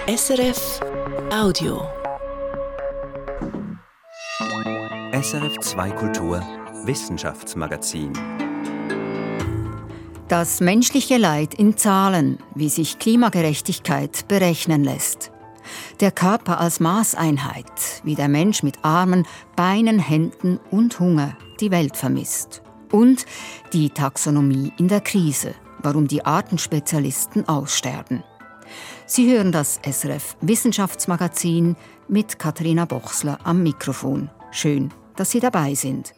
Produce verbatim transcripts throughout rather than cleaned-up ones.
S R F Audio. S R F zwei Kultur Wissenschaftsmagazin. Das menschliche Leid in Zahlen, wie sich Klimagerechtigkeit berechnen lässt. Der Körper als Maßeinheit, wie der Mensch mit Armen, Beinen, Händen und Hunger die Welt vermisst. Und die Taxonomie in der Krise, warum die Artenspezialisten aussterben. Sie hören das S R F Wissenschaftsmagazin mit Katharina Bochsler am Mikrofon. Schön, dass Sie dabei sind.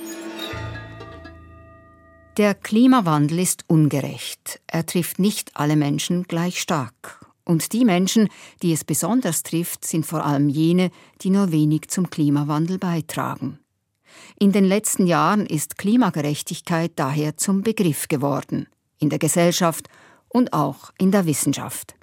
Der Klimawandel ist ungerecht. Er trifft nicht alle Menschen gleich stark. Und die Menschen, die es besonders trifft, sind vor allem jene, die nur wenig zum Klimawandel beitragen. In den letzten Jahren ist Klimagerechtigkeit daher zum Begriff geworden. In der Gesellschaft und auch in der Wissenschaft.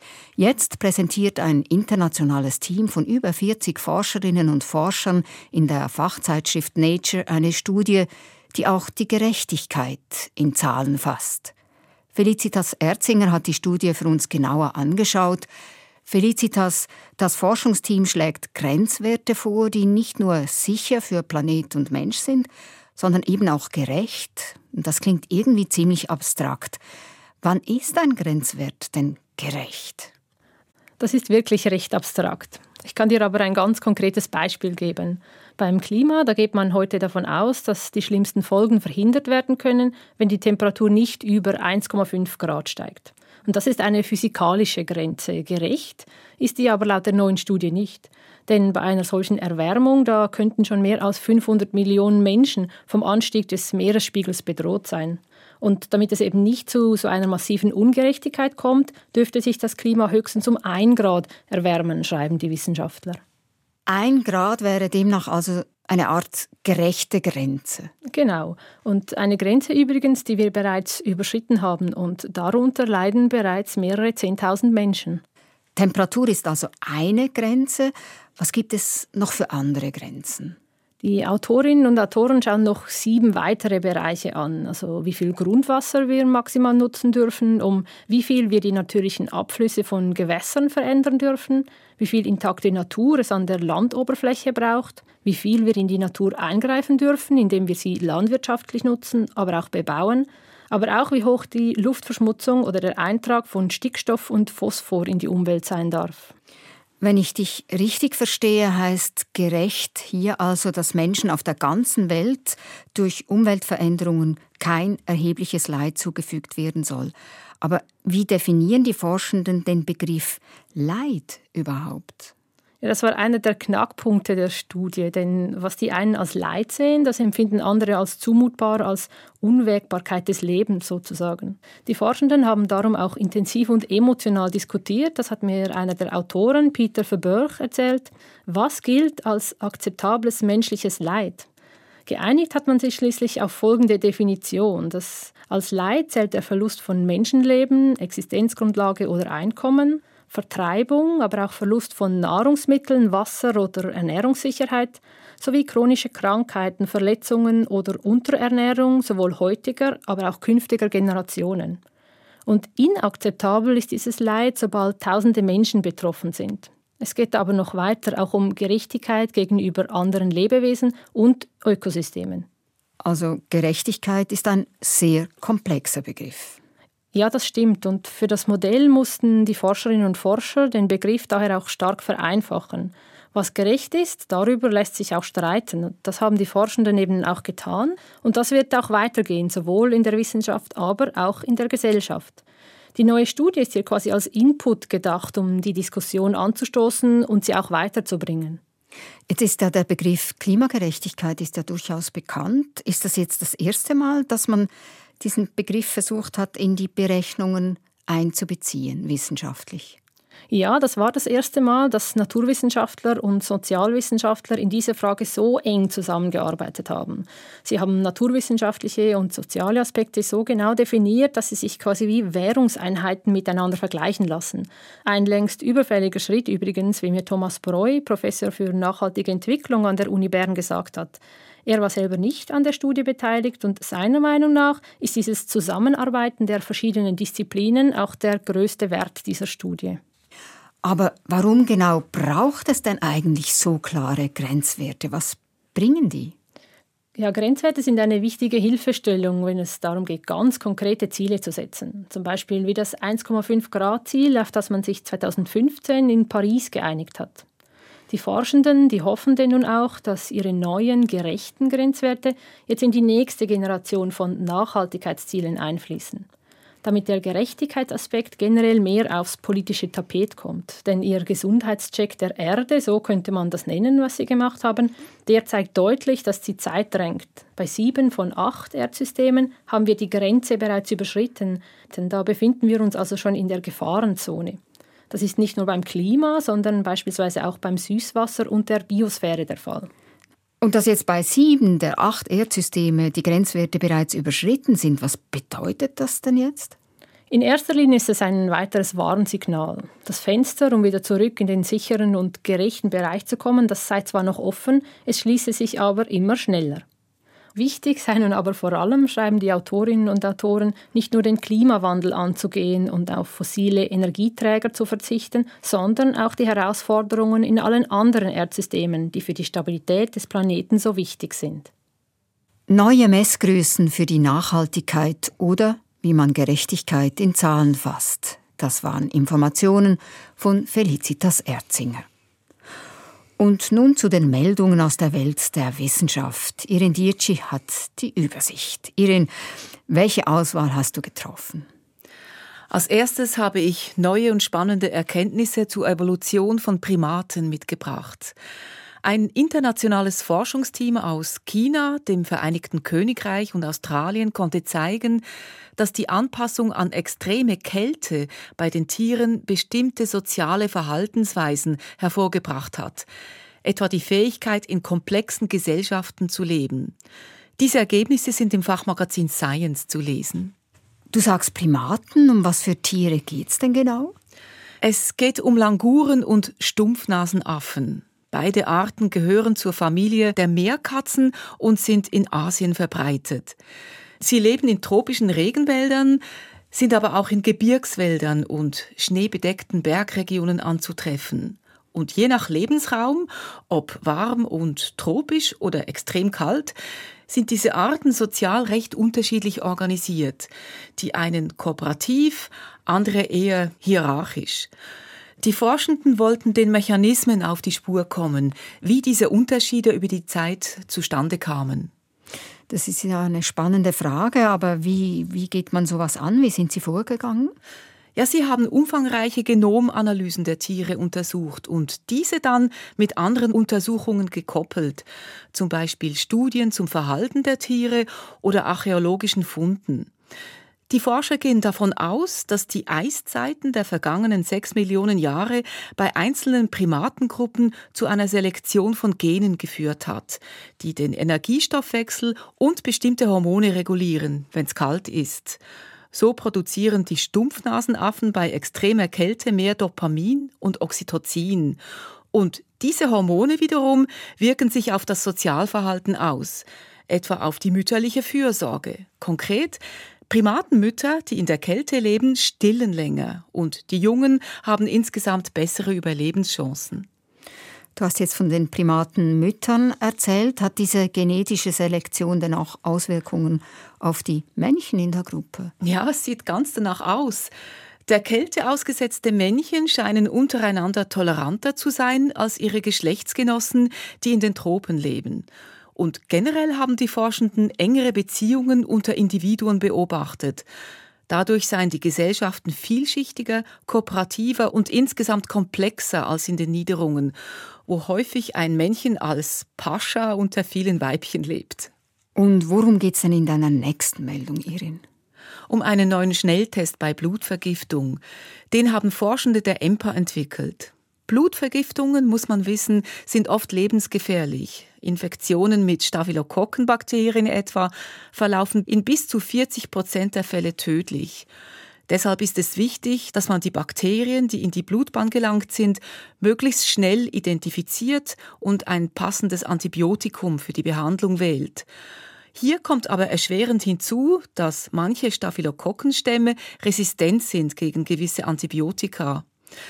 Jetzt präsentiert ein internationales Team von über vierzig Forscherinnen und Forschern in der Fachzeitschrift Nature eine Studie, die auch die Gerechtigkeit in Zahlen fasst. Felicitas Erzinger hat die Studie für uns genauer angeschaut. Felicitas, das Forschungsteam schlägt Grenzwerte vor, die nicht nur sicher für Planet und Mensch sind, sondern eben auch gerecht. Das klingt irgendwie ziemlich abstrakt. Wann ist ein Grenzwert denn gerecht? Das ist wirklich recht abstrakt. Ich kann dir aber ein ganz konkretes Beispiel geben. Beim Klima, da geht man heute davon aus, dass die schlimmsten Folgen verhindert werden können, wenn die Temperatur nicht über eins Komma fünf Grad steigt. Und das ist eine physikalische Grenze. Gerecht ist die aber laut der neuen Studie nicht. Denn bei einer solchen Erwärmung, da könnten schon mehr als fünfhundert Millionen Menschen vom Anstieg des Meeresspiegels bedroht sein. Und damit es eben nicht zu so einer massiven Ungerechtigkeit kommt, dürfte sich das Klima höchstens um ein Grad erwärmen, schreiben die Wissenschaftler. Ein Grad wäre demnach also eine Art gerechte Grenze. Genau. Und eine Grenze übrigens, die wir bereits überschritten haben. Und darunter leiden bereits mehrere Zehntausend Menschen. Temperatur ist also eine Grenze. Was gibt es noch für andere Grenzen? Die Autorinnen und Autoren schauen noch sieben weitere Bereiche an, also wie viel Grundwasser wir maximal nutzen dürfen, um wie viel wir die natürlichen Abflüsse von Gewässern verändern dürfen, wie viel intakte Natur es an der Landoberfläche braucht, wie viel wir in die Natur eingreifen dürfen, indem wir sie landwirtschaftlich nutzen, aber auch bebauen, aber auch wie hoch die Luftverschmutzung oder der Eintrag von Stickstoff und Phosphor in die Umwelt sein darf. Wenn ich dich richtig verstehe, heißt gerecht hier also, dass Menschen auf der ganzen Welt durch Umweltveränderungen kein erhebliches Leid zugefügt werden soll. Aber wie definieren die Forschenden den Begriff Leid überhaupt? Ja, das war einer der Knackpunkte der Studie, denn was die einen als Leid sehen, das empfinden andere als zumutbar, als Unwägbarkeit des Lebens sozusagen. Die Forschenden haben darum auch intensiv und emotional diskutiert, das hat mir einer der Autoren, Peter Verburg, erzählt, was gilt als akzeptables menschliches Leid. Geeinigt hat man sich schließlich auf folgende Definition, dass als Leid zählt der Verlust von Menschenleben, Existenzgrundlage oder Einkommen, Vertreibung, aber auch Verlust von Nahrungsmitteln, Wasser oder Ernährungssicherheit sowie chronische Krankheiten, Verletzungen oder Unterernährung sowohl heutiger, aber auch künftiger Generationen. Und inakzeptabel ist dieses Leid, sobald tausende Menschen betroffen sind. Es geht aber noch weiter, auch um Gerechtigkeit gegenüber anderen Lebewesen und Ökosystemen. Also Gerechtigkeit ist ein sehr komplexer Begriff. Ja, das stimmt. Und für das Modell mussten die Forscherinnen und Forscher den Begriff daher auch stark vereinfachen. Was gerecht ist, darüber lässt sich auch streiten. Das haben die Forschenden eben auch getan. Und das wird auch weitergehen, sowohl in der Wissenschaft, aber auch in der Gesellschaft. Die neue Studie ist hier quasi als Input gedacht, um die Diskussion anzustoßen und sie auch weiterzubringen. Jetzt ist ja der Begriff Klimagerechtigkeit ist ja durchaus bekannt. Ist das jetzt das erste Mal, dass man diesen Begriff versucht hat, in die Berechnungen einzubeziehen, wissenschaftlich? Ja, das war das erste Mal, dass Naturwissenschaftler und Sozialwissenschaftler in dieser Frage so eng zusammengearbeitet haben. Sie haben naturwissenschaftliche und soziale Aspekte so genau definiert, dass sie sich quasi wie Währungseinheiten miteinander vergleichen lassen. Ein längst überfälliger Schritt übrigens, wie mir Thomas Breu, Professor für nachhaltige Entwicklung an der Uni Bern, gesagt hat. Er war selber nicht an der Studie beteiligt und seiner Meinung nach ist dieses Zusammenarbeiten der verschiedenen Disziplinen auch der größte Wert dieser Studie. Aber warum genau braucht es denn eigentlich so klare Grenzwerte? Was bringen die? Ja, Grenzwerte sind eine wichtige Hilfestellung, wenn es darum geht, ganz konkrete Ziele zu setzen. Zum Beispiel wie das eins Komma fünf Grad Ziel, auf das man sich zweitausendfünfzehn in Paris geeinigt hat. Die Forschenden, die hoffen denn nun auch, dass ihre neuen, gerechten Grenzwerte jetzt in die nächste Generation von Nachhaltigkeitszielen einfließen. Damit der Gerechtigkeitsaspekt generell mehr aufs politische Tapet kommt. Denn ihr Gesundheitscheck der Erde, so könnte man das nennen, was sie gemacht haben, der zeigt deutlich, dass die Zeit drängt. Bei sieben von acht Erdsystemen haben wir die Grenze bereits überschritten, denn da befinden wir uns also schon in der Gefahrenzone. Das ist nicht nur beim Klima, sondern beispielsweise auch beim Süßwasser und der Biosphäre der Fall. Und dass jetzt bei sieben der acht Erdsysteme die Grenzwerte bereits überschritten sind, was bedeutet das denn jetzt? In erster Linie ist es ein weiteres Warnsignal. Das Fenster, um wieder zurück in den sicheren und gerechten Bereich zu kommen, das sei zwar noch offen, es schließe sich aber immer schneller. Wichtig sei nun aber vor allem, schreiben die Autorinnen und Autoren, nicht nur den Klimawandel anzugehen und auf fossile Energieträger zu verzichten, sondern auch die Herausforderungen in allen anderen Erdsystemen, die für die Stabilität des Planeten so wichtig sind. Neue Messgrößen für die Nachhaltigkeit oder wie man Gerechtigkeit in Zahlen fasst. Das waren Informationen von Felicitas Erzinger. Und nun zu den Meldungen aus der Welt der Wissenschaft. Irin Dietschi hat die Übersicht. Irin, welche Auswahl hast du getroffen? Als erstes habe ich neue und spannende Erkenntnisse zur Evolution von Primaten mitgebracht. Ein internationales Forschungsteam aus China, dem Vereinigten Königreich und Australien konnte zeigen, dass die Anpassung an extreme Kälte bei den Tieren bestimmte soziale Verhaltensweisen hervorgebracht hat, etwa die Fähigkeit, in komplexen Gesellschaften zu leben. Diese Ergebnisse sind im Fachmagazin Science zu lesen. Du sagst Primaten, um was für Tiere geht's denn genau? Es geht um Languren und Stumpfnasenaffen. Beide Arten gehören zur Familie der Meerkatzen und sind in Asien verbreitet. Sie leben in tropischen Regenwäldern, sind aber auch in Gebirgswäldern und schneebedeckten Bergregionen anzutreffen. Und je nach Lebensraum, ob warm und tropisch oder extrem kalt, sind diese Arten sozial recht unterschiedlich organisiert. Die einen kooperativ, andere eher hierarchisch. Die Forschenden wollten den Mechanismen auf die Spur kommen, wie diese Unterschiede über die Zeit zustande kamen. Das ist ja eine spannende Frage, aber wie, wie geht man sowas an? Wie sind Sie vorgegangen? Ja, sie haben umfangreiche Genomanalysen der Tiere untersucht und diese dann mit anderen Untersuchungen gekoppelt, zum Beispiel Studien zum Verhalten der Tiere oder archäologischen Funden. Die Forscher gehen davon aus, dass die Eiszeiten der vergangenen sechs Millionen Jahre bei einzelnen Primatengruppen zu einer Selektion von Genen geführt hat, die den Energiestoffwechsel und bestimmte Hormone regulieren, wenn es kalt ist. So produzieren die Stumpfnasenaffen bei extremer Kälte mehr Dopamin und Oxytocin. Und diese Hormone wiederum wirken sich auf das Sozialverhalten aus, etwa auf die mütterliche Fürsorge. Konkret: Primatenmütter, die in der Kälte leben, stillen länger und die Jungen haben insgesamt bessere Überlebenschancen. Du hast jetzt von den Primatenmüttern erzählt. Hat diese genetische Selektion denn auch Auswirkungen auf die Männchen in der Gruppe? Ja, es sieht ganz danach aus. Der Kälte ausgesetzte Männchen scheinen untereinander toleranter zu sein als ihre Geschlechtsgenossen, die in den Tropen leben. Und generell haben die Forschenden engere Beziehungen unter Individuen beobachtet. Dadurch seien die Gesellschaften vielschichtiger, kooperativer und insgesamt komplexer als in den Niederungen, wo häufig ein Männchen als Pascha unter vielen Weibchen lebt. Und worum geht's denn in deiner nächsten Meldung, Irin? Um einen neuen Schnelltest bei Blutvergiftung. Den haben Forschende der E M P A entwickelt. Blutvergiftungen, muss man wissen, sind oft lebensgefährlich. Infektionen mit Staphylokokkenbakterien etwa verlaufen in bis zu vierzig Prozent der Fälle tödlich. Deshalb ist es wichtig, dass man die Bakterien, die in die Blutbahn gelangt sind, möglichst schnell identifiziert und ein passendes Antibiotikum für die Behandlung wählt. Hier kommt aber erschwerend hinzu, dass manche Staphylokokkenstämme resistent sind gegen gewisse Antibiotika.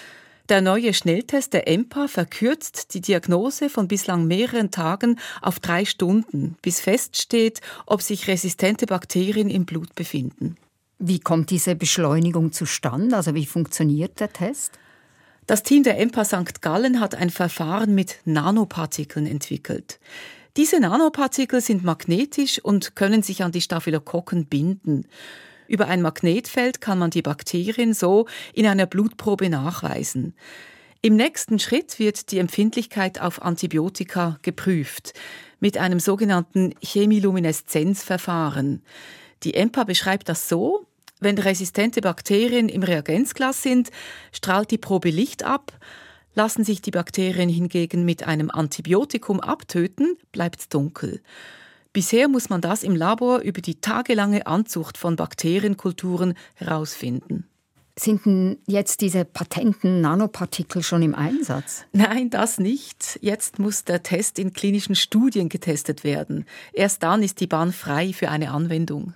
Der neue Schnelltest der E M P A verkürzt die Diagnose von bislang mehreren Tagen auf drei Stunden, bis feststeht, ob sich resistente Bakterien im Blut befinden. Wie kommt diese Beschleunigung zustande? Also wie funktioniert der Test? Das Team der E M P A Sankt Gallen hat ein Verfahren mit Nanopartikeln entwickelt. Diese Nanopartikel sind magnetisch und können sich an die Staphylokokken binden. Über ein Magnetfeld kann man die Bakterien so in einer Blutprobe nachweisen. Im nächsten Schritt wird die Empfindlichkeit auf Antibiotika geprüft, mit einem sogenannten Chemilumineszenzverfahren. Die E M P A beschreibt das so: Wenn resistente Bakterien im Reagenzglas sind, strahlt die Probe Licht ab. Lassen sich die Bakterien hingegen mit einem Antibiotikum abtöten, bleibt es dunkel. Bisher muss man das im Labor über die tagelange Anzucht von Bakterienkulturen herausfinden. Sind denn jetzt diese patenten Nanopartikel schon im Einsatz? Nein, das nicht. Jetzt muss der Test in klinischen Studien getestet werden. Erst dann ist die Bahn frei für eine Anwendung.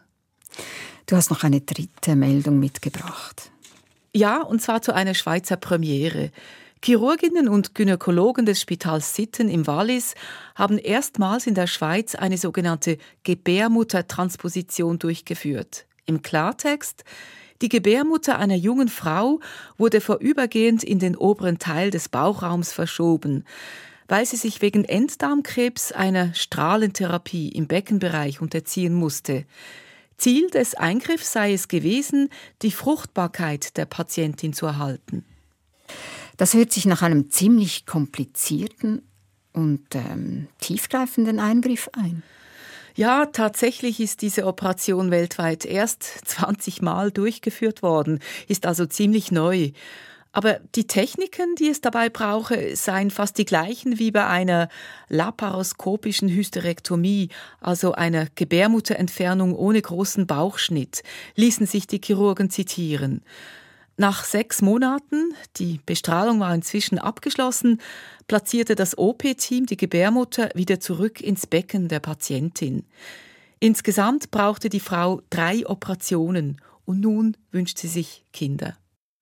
Du hast noch eine dritte Meldung mitgebracht. Ja, und zwar zu einer Schweizer Premiere. Chirurginnen und Gynäkologen des Spitals Sitten im Wallis haben erstmals in der Schweiz eine sogenannte Gebärmuttertransposition durchgeführt. Im Klartext: Die Gebärmutter einer jungen Frau wurde vorübergehend in den oberen Teil des Bauchraums verschoben, weil sie sich wegen Enddarmkrebs einer Strahlentherapie im Beckenbereich unterziehen musste. Ziel des Eingriffs sei es gewesen, die Fruchtbarkeit der Patientin zu erhalten. Das hört sich nach einem ziemlich komplizierten und ähm, tiefgreifenden Eingriff ein. Ja, tatsächlich ist diese Operation weltweit erst zwanzig Mal durchgeführt worden, ist also ziemlich neu. Aber die Techniken, die es dabei brauche, seien fast die gleichen wie bei einer laparoskopischen Hysterektomie, also einer Gebärmutterentfernung ohne großen Bauchschnitt, ließen sich die Chirurgen zitieren. Nach sechs Monaten, die Bestrahlung war inzwischen abgeschlossen, platzierte das O P-Team die Gebärmutter wieder zurück ins Becken der Patientin. Insgesamt brauchte die Frau drei Operationen und nun wünscht sie sich Kinder.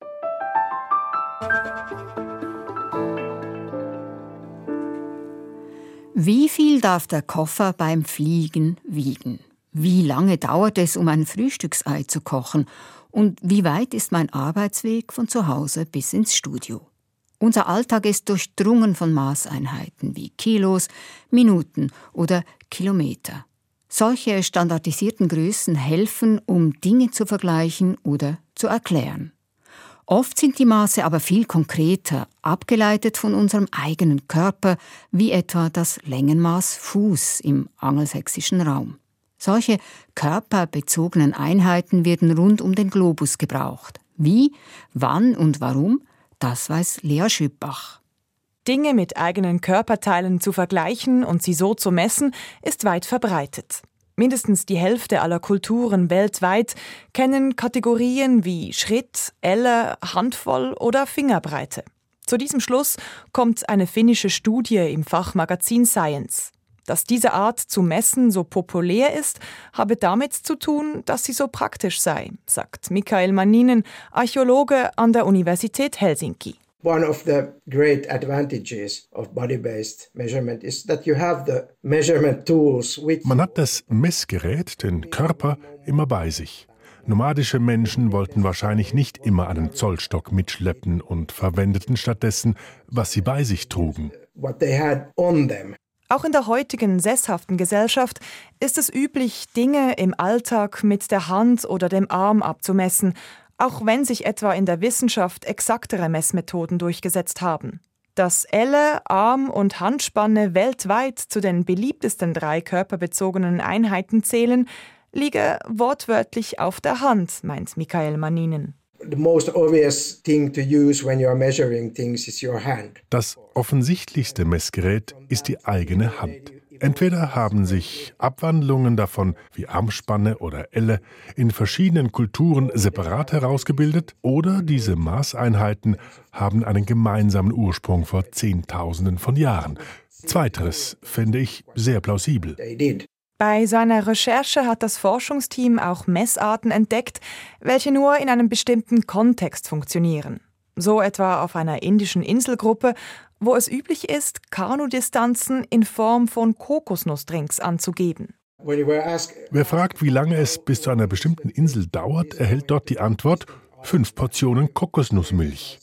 Wie viel darf der Koffer beim Fliegen wiegen? Wie lange dauert es, um ein Frühstücksei zu kochen? Und wie weit ist mein Arbeitsweg von zu Hause bis ins Studio? Unser Alltag ist durchdrungen von Maßeinheiten wie Kilos, Minuten oder Kilometer. Solche standardisierten Größen helfen, um Dinge zu vergleichen oder zu erklären. Oft sind die Maße aber viel konkreter, abgeleitet von unserem eigenen Körper, wie etwa das Längenmaß Fuß im angelsächsischen Raum. Solche körperbezogenen Einheiten werden rund um den Globus gebraucht. Wie, wann und warum, das weiß Lea Schüppach. Dinge mit eigenen Körperteilen zu vergleichen und sie so zu messen, ist weit verbreitet. Mindestens die Hälfte aller Kulturen weltweit kennen Kategorien wie Schritt, Elle, Handvoll oder Fingerbreite. Zu diesem Schluss kommt eine finnische Studie im Fachmagazin Science. Dass diese Art zu messen so populär ist, habe damit zu tun, dass sie so praktisch sei, sagt Mikael Manninen, Archäologe an der Universität Helsinki. One of the great advantages of body-based measurement is that you have the measurement tools with Man hat das Messgerät, den Körper, immer bei sich. Nomadische Menschen wollten wahrscheinlich nicht immer einen Zollstock mitschleppen und verwendeten stattdessen, was sie bei sich trugen. what they had on them. Auch in der heutigen sesshaften Gesellschaft ist es üblich, Dinge im Alltag mit der Hand oder dem Arm abzumessen, auch wenn sich etwa in der Wissenschaft exaktere Messmethoden durchgesetzt haben. Dass Elle, Arm und Handspanne weltweit zu den beliebtesten drei körperbezogenen Einheiten zählen, liege wortwörtlich auf der Hand, meint Mikael Manninen. The most obvious thing to use when you are measuring things is your hand. Das offensichtlichste Messgerät ist die eigene Hand. Entweder haben sich Abwandlungen davon wie Armspanne oder Elle in verschiedenen Kulturen separat herausgebildet oder diese Maßeinheiten haben einen gemeinsamen Ursprung vor Zehntausenden von Jahren. Zweiteres fände ich sehr plausibel. They did. Bei seiner Recherche hat das Forschungsteam auch Messarten entdeckt, welche nur in einem bestimmten Kontext funktionieren. So etwa auf einer indischen Inselgruppe, wo es üblich ist, Kanudistanzen in Form von Kokosnussdrinks anzugeben. Wer fragt, wie lange es bis zu einer bestimmten Insel dauert, erhält dort die Antwort: fünf Portionen Kokosnussmilch.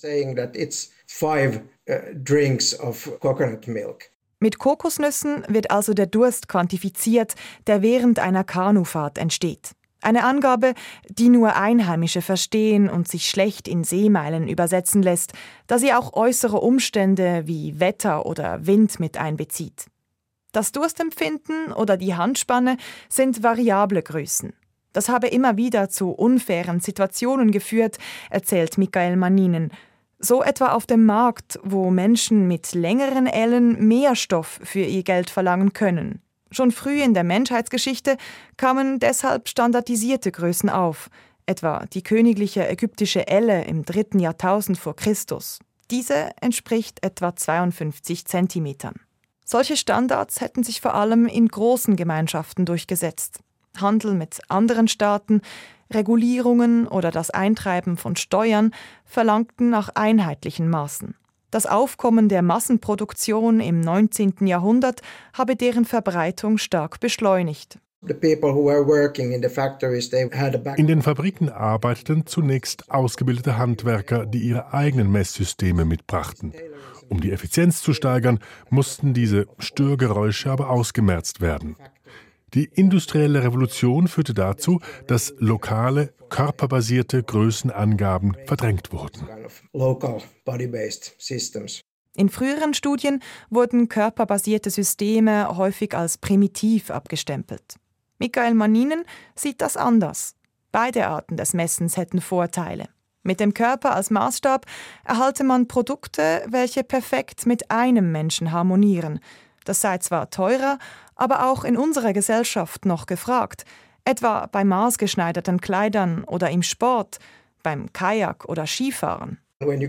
Mit Kokosnüssen wird also der Durst quantifiziert, der während einer Kanufahrt entsteht. Eine Angabe, die nur Einheimische verstehen und sich schlecht in Seemeilen übersetzen lässt, da sie auch äußere Umstände wie Wetter oder Wind mit einbezieht. Das Durstempfinden oder die Handspanne sind variable Größen. Das habe immer wieder zu unfairen Situationen geführt, erzählt Michael Manninen. So etwa auf dem Markt, wo Menschen mit längeren Ellen mehr Stoff für ihr Geld verlangen können. Schon früh in der Menschheitsgeschichte kamen deshalb standardisierte Größen auf, etwa die königliche ägyptische Elle im dritten Jahrtausend vor Christus. Diese entspricht etwa zweiundfünfzig Zentimetern. Solche Standards hätten sich vor allem in großen Gemeinschaften durchgesetzt. Handel mit anderen Staaten, Regulierungen oder das Eintreiben von Steuern verlangten nach einheitlichen Maßen. Das Aufkommen der Massenproduktion im neunzehnten Jahrhundert habe deren Verbreitung stark beschleunigt. In den Fabriken arbeiteten zunächst ausgebildete Handwerker, die ihre eigenen Messsysteme mitbrachten. Um die Effizienz zu steigern, mussten diese Störgeräusche aber ausgemerzt werden. Die industrielle Revolution führte dazu, dass lokale, körperbasierte Größenangaben verdrängt wurden. In früheren Studien wurden körperbasierte Systeme häufig als primitiv abgestempelt. Michael Manninen sieht das anders. Beide Arten des Messens hätten Vorteile. Mit dem Körper als Maßstab erhalte man Produkte, welche perfekt mit einem Menschen harmonieren. Das sei zwar teurer, aber auch in unserer Gesellschaft noch gefragt, etwa bei maßgeschneiderten Kleidern oder im Sport, beim Kajak oder Skifahren. Wenn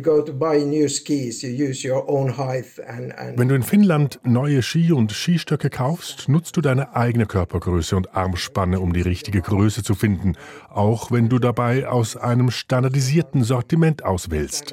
du in Finnland neue Ski und Skistöcke kaufst, nutzt du deine eigene Körpergröße und Armspanne, um die richtige Größe zu finden, auch wenn du dabei aus einem standardisierten Sortiment auswählst.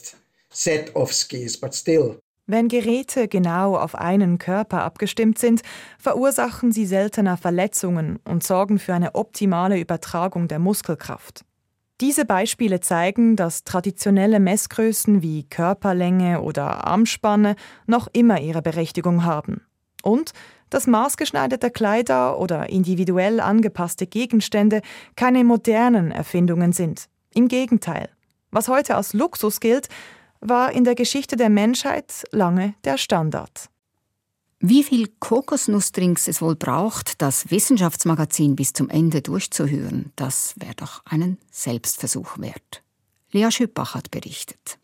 Wenn Geräte genau auf einen Körper abgestimmt sind, verursachen sie seltener Verletzungen und sorgen für eine optimale Übertragung der Muskelkraft. Diese Beispiele zeigen, dass traditionelle Messgrößen wie Körperlänge oder Armspanne noch immer ihre Berechtigung haben. Und dass maßgeschneiderte Kleider oder individuell angepasste Gegenstände keine modernen Erfindungen sind. Im Gegenteil. Was heute als Luxus gilt, war in der Geschichte der Menschheit lange der Standard. Wie viel Kokosnussdrinks es wohl braucht, das Wissenschaftsmagazin bis zum Ende durchzuhören, das wäre doch einen Selbstversuch wert. Lea Schüppach hat berichtet.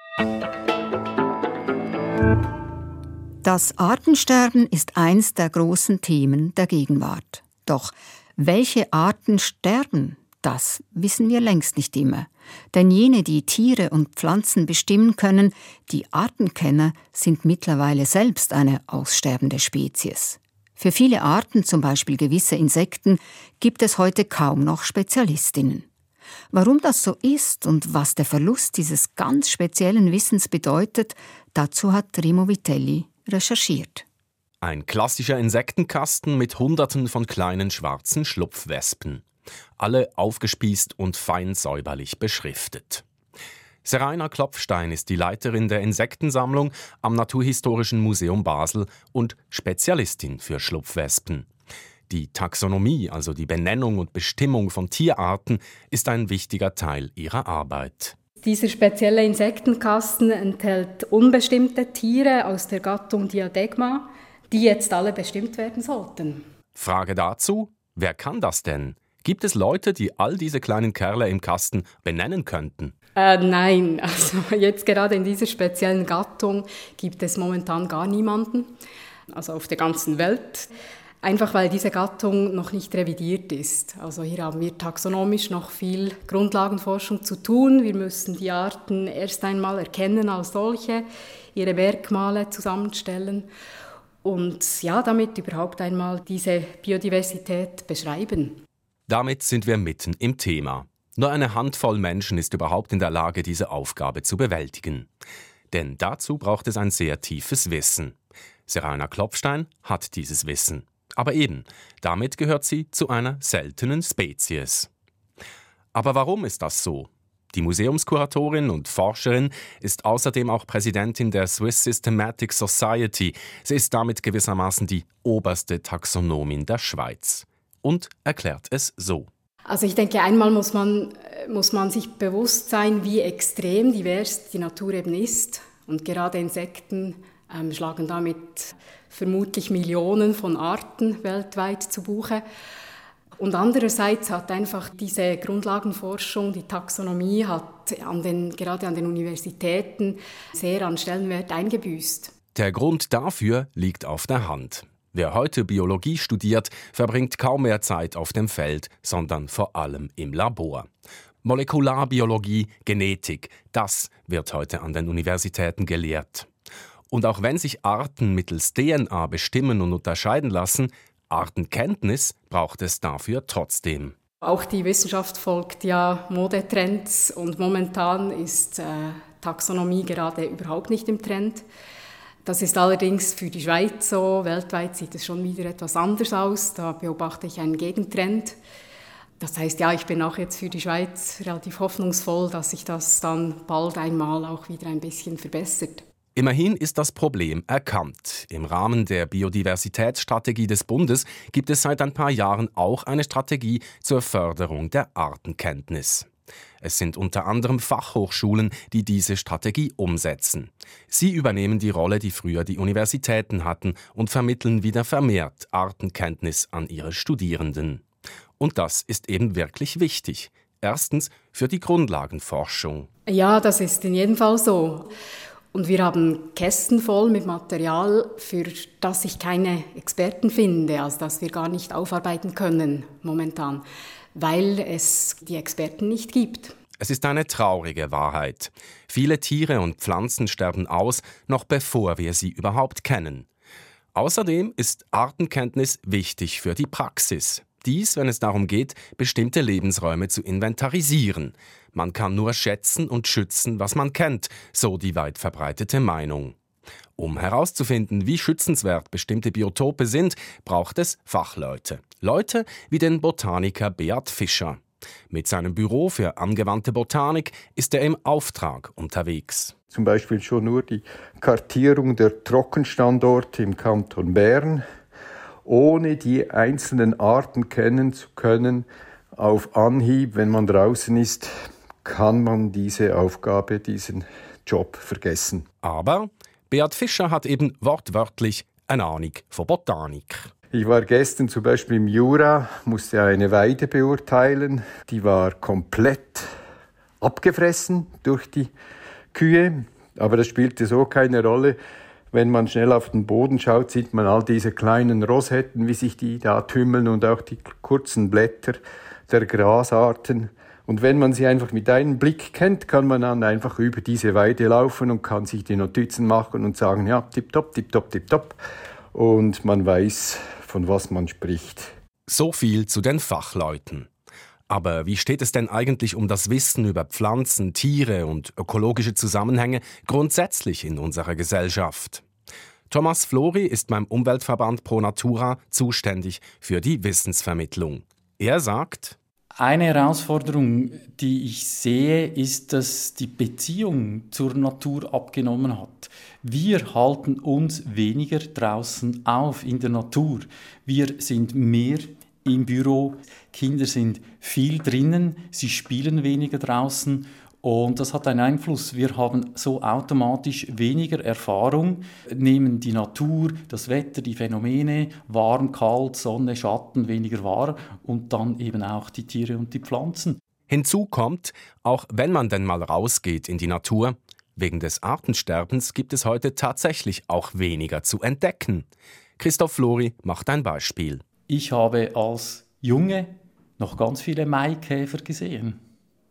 Das Artensterben ist eins der großen Themen der Gegenwart. Doch welche Arten sterben? Das wissen wir längst nicht immer. Denn jene, die Tiere und Pflanzen bestimmen können, die Artenkenner, sind mittlerweile selbst eine aussterbende Spezies. Für viele Arten, zum Beispiel gewisse Insekten, gibt es heute kaum noch Spezialistinnen. Warum das so ist und was der Verlust dieses ganz speziellen Wissens bedeutet, dazu hat Remo Vitelli recherchiert. Ein klassischer Insektenkasten mit Hunderten von kleinen schwarzen Schlupfwespen. Alle aufgespießt und fein säuberlich beschriftet. Seraina Klopfstein ist die Leiterin der Insektensammlung am Naturhistorischen Museum Basel und Spezialistin für Schlupfwespen. Die Taxonomie, also die Benennung und Bestimmung von Tierarten, ist ein wichtiger Teil ihrer Arbeit. Dieser spezielle Insektenkasten enthält unbestimmte Tiere aus der Gattung Diadegma, die jetzt alle bestimmt werden sollten. Frage dazu: Wer kann das denn? Gibt es Leute, die all diese kleinen Kerle im Kasten benennen könnten? Äh, nein, also jetzt gerade in dieser speziellen Gattung gibt es momentan gar niemanden, also auf der ganzen Welt. Einfach weil diese Gattung noch nicht revidiert ist. Also hier haben wir taxonomisch noch viel Grundlagenforschung zu tun. Wir müssen die Arten erst einmal erkennen als solche, ihre Merkmale zusammenstellen und ja, damit überhaupt einmal diese Biodiversität beschreiben. Damit sind wir mitten im Thema. Nur eine Handvoll Menschen ist überhaupt in der Lage, diese Aufgabe zu bewältigen. Denn dazu braucht es ein sehr tiefes Wissen. Seraina Klopfstein hat dieses Wissen. Aber eben, damit gehört sie zu einer seltenen Spezies. Aber warum ist das so? Die Museumskuratorin und Forscherin ist außerdem auch Präsidentin der Swiss Systematic Society. Sie ist damit gewissermaßen die oberste Taxonomin der Schweiz. Und erklärt es so. Also ich denke, einmal muss man, muss man sich bewusst sein, wie extrem divers die Natur eben ist. Und gerade Insekten ähm, schlagen damit vermutlich Millionen von Arten weltweit zu Buche. Und andererseits hat einfach diese Grundlagenforschung, die Taxonomie, hat an den, gerade an den Universitäten sehr an Stellenwert eingebüßt. Der Grund dafür liegt auf der Hand. Wer heute Biologie studiert, verbringt kaum mehr Zeit auf dem Feld, sondern vor allem im Labor. Molekularbiologie, Genetik, das wird heute an den Universitäten gelehrt. Und auch wenn sich Arten mittels D N A bestimmen und unterscheiden lassen, Artenkenntnis braucht es dafür trotzdem. Auch die Wissenschaft folgt ja Modetrends und momentan ist äh, Taxonomie gerade überhaupt nicht im Trend. Das ist allerdings für die Schweiz so. Weltweit sieht es schon wieder etwas anders aus. Da beobachte ich einen Gegentrend. Das heißt, ja, ich bin auch jetzt für die Schweiz relativ hoffnungsvoll, dass sich das dann bald einmal auch wieder ein bisschen verbessert. Immerhin ist das Problem erkannt. Im Rahmen der Biodiversitätsstrategie des Bundes gibt es seit ein paar Jahren auch eine Strategie zur Förderung der Artenkenntnis. Es sind unter anderem Fachhochschulen, die diese Strategie umsetzen. Sie übernehmen die Rolle, die früher die Universitäten hatten, und vermitteln wieder vermehrt Artenkenntnis an ihre Studierenden. Und das ist eben wirklich wichtig. Erstens für die Grundlagenforschung. Ja, das ist in jedem Fall so. Und wir haben Kästen voll mit Material, für das ich keine Experten finde, also das wir gar nicht aufarbeiten können momentan, weil es die Experten nicht gibt. Es ist eine traurige Wahrheit. Viele Tiere und Pflanzen sterben aus, noch bevor wir sie überhaupt kennen. Außerdem ist Artenkenntnis wichtig für die Praxis. Dies, wenn es darum geht, bestimmte Lebensräume zu inventarisieren. Man kann nur schätzen und schützen, was man kennt, so die weit verbreitete Meinung. Um herauszufinden, wie schützenswert bestimmte Biotope sind, braucht es Fachleute. Leute wie den Botaniker Beat Fischer. Mit seinem Büro für angewandte Botanik ist er im Auftrag unterwegs. Zum Beispiel schon nur die Kartierung der Trockenstandorte im Kanton Bern. Ohne die einzelnen Arten kennen zu können, auf Anhieb, wenn man draußen ist, kann man diese Aufgabe, diesen Job vergessen. Aber Beat Fischer hat eben wortwörtlich eine Ahnung von Botanik. Ich war gestern zum Beispiel im Jura, musste eine Weide beurteilen. Die war komplett abgefressen durch die Kühe, aber das spielte so keine Rolle. Wenn man schnell auf den Boden schaut, sieht man all diese kleinen Rosetten, wie sich die da tümmeln und auch die kurzen Blätter der Grasarten. Und wenn man sie einfach mit einem Blick kennt, kann man dann einfach über diese Weide laufen und kann sich die Notizen machen und sagen, ja, tipptopp, tipptopp, tipptopp. Und man weiß, von was man spricht. So viel zu den Fachleuten. Aber wie steht es denn eigentlich um das Wissen über Pflanzen, Tiere und ökologische Zusammenhänge grundsätzlich in unserer Gesellschaft? Thomas Flori ist beim Umweltverband Pro Natura zuständig für die Wissensvermittlung. Er sagt: Eine Herausforderung, die ich sehe, ist, dass die Beziehung zur Natur abgenommen hat. Wir halten uns weniger draußen auf in der Natur. Wir sind mehr im Büro, Kinder sind viel drinnen, sie spielen weniger draußen und das hat einen Einfluss. Wir haben so automatisch weniger Erfahrung, nehmen die Natur, das Wetter, die Phänomene, warm, kalt, Sonne, Schatten weniger wahr und dann eben auch die Tiere und die Pflanzen. Hinzu kommt, auch wenn man denn mal rausgeht in die Natur, wegen des Artensterbens gibt es heute tatsächlich auch weniger zu entdecken. Christoph Flori macht ein Beispiel. Ich habe als Junge noch ganz viele Maikäfer gesehen.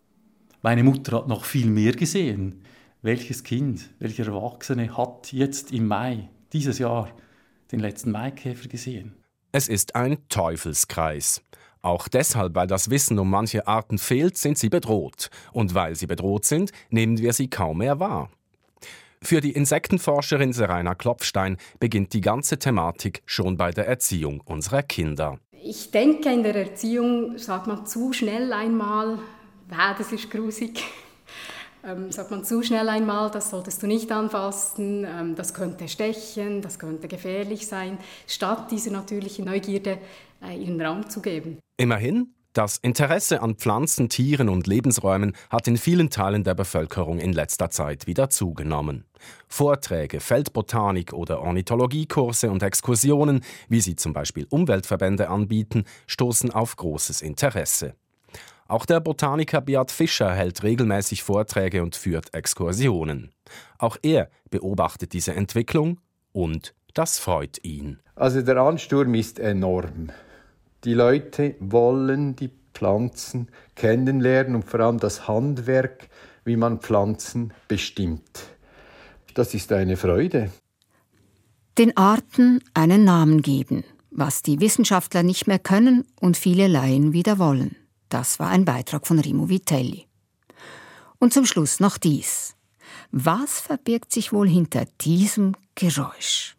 Meine Mutter hat noch viel mehr gesehen. Welches Kind, welcher Erwachsene hat jetzt im Mai, dieses Jahr, den letzten Maikäfer gesehen? Es ist ein Teufelskreis. Auch deshalb, weil das Wissen um manche Arten fehlt, sind sie bedroht. Und weil sie bedroht sind, nehmen wir sie kaum mehr wahr. Für die Insektenforscherin Seraina Klopfstein beginnt die ganze Thematik schon bei der Erziehung unserer Kinder. Ich denke, in der Erziehung sagt man zu schnell einmal, wow, das ist grusig. Ähm, sagt man zu schnell einmal, das solltest du nicht anfassen, ähm, das könnte stechen, das könnte gefährlich sein, statt dieser natürlichen Neugierde äh, ihren Raum zu geben. Immerhin, das Interesse an Pflanzen, Tieren und Lebensräumen hat in vielen Teilen der Bevölkerung in letzter Zeit wieder zugenommen. Vorträge, Feldbotanik oder Ornithologiekurse und Exkursionen, wie sie zum Beispiel Umweltverbände anbieten, stoßen auf großes Interesse. Auch der Botaniker Beat Fischer hält regelmäßig Vorträge und führt Exkursionen. Auch er beobachtet diese Entwicklung und das freut ihn. Also der Ansturm ist enorm. Die Leute wollen die Pflanzen kennenlernen und vor allem das Handwerk, wie man Pflanzen bestimmt. Das ist eine Freude. Den Arten einen Namen geben, was die Wissenschaftler nicht mehr können und viele Laien wieder wollen. Das war ein Beitrag von Remo Vitelli. Und zum Schluss noch dies. Was verbirgt sich wohl hinter diesem Geräusch?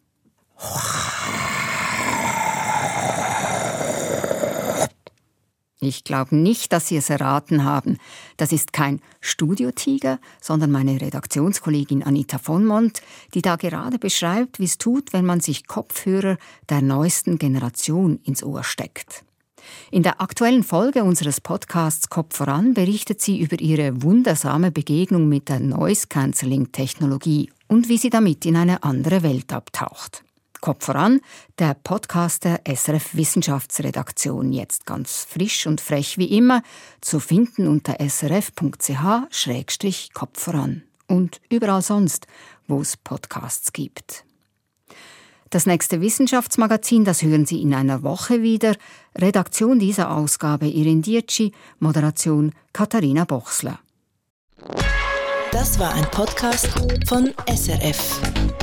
Ich glaube nicht, dass Sie es erraten haben. Das ist kein Studiotiger, sondern meine Redaktionskollegin Anita von Mont, die da gerade beschreibt, wie es tut, wenn man sich Kopfhörer der neuesten Generation ins Ohr steckt. In der aktuellen Folge unseres Podcasts Kopf voran berichtet sie über ihre wundersame Begegnung mit der Noise-Cancelling-Technologie und wie sie damit in eine andere Welt abtaucht. Kopf voran, der Podcast der S R F Wissenschaftsredaktion, jetzt ganz frisch und frech wie immer, zu finden unter s r f punkt c h schrägstrich kopf voran und überall sonst, wo es Podcasts gibt. Das nächste Wissenschaftsmagazin, das hören Sie in einer Woche wieder. Redaktion dieser Ausgabe Irin Dietschi, Moderation Katharina Bochsler. Das war ein Podcast von S R F.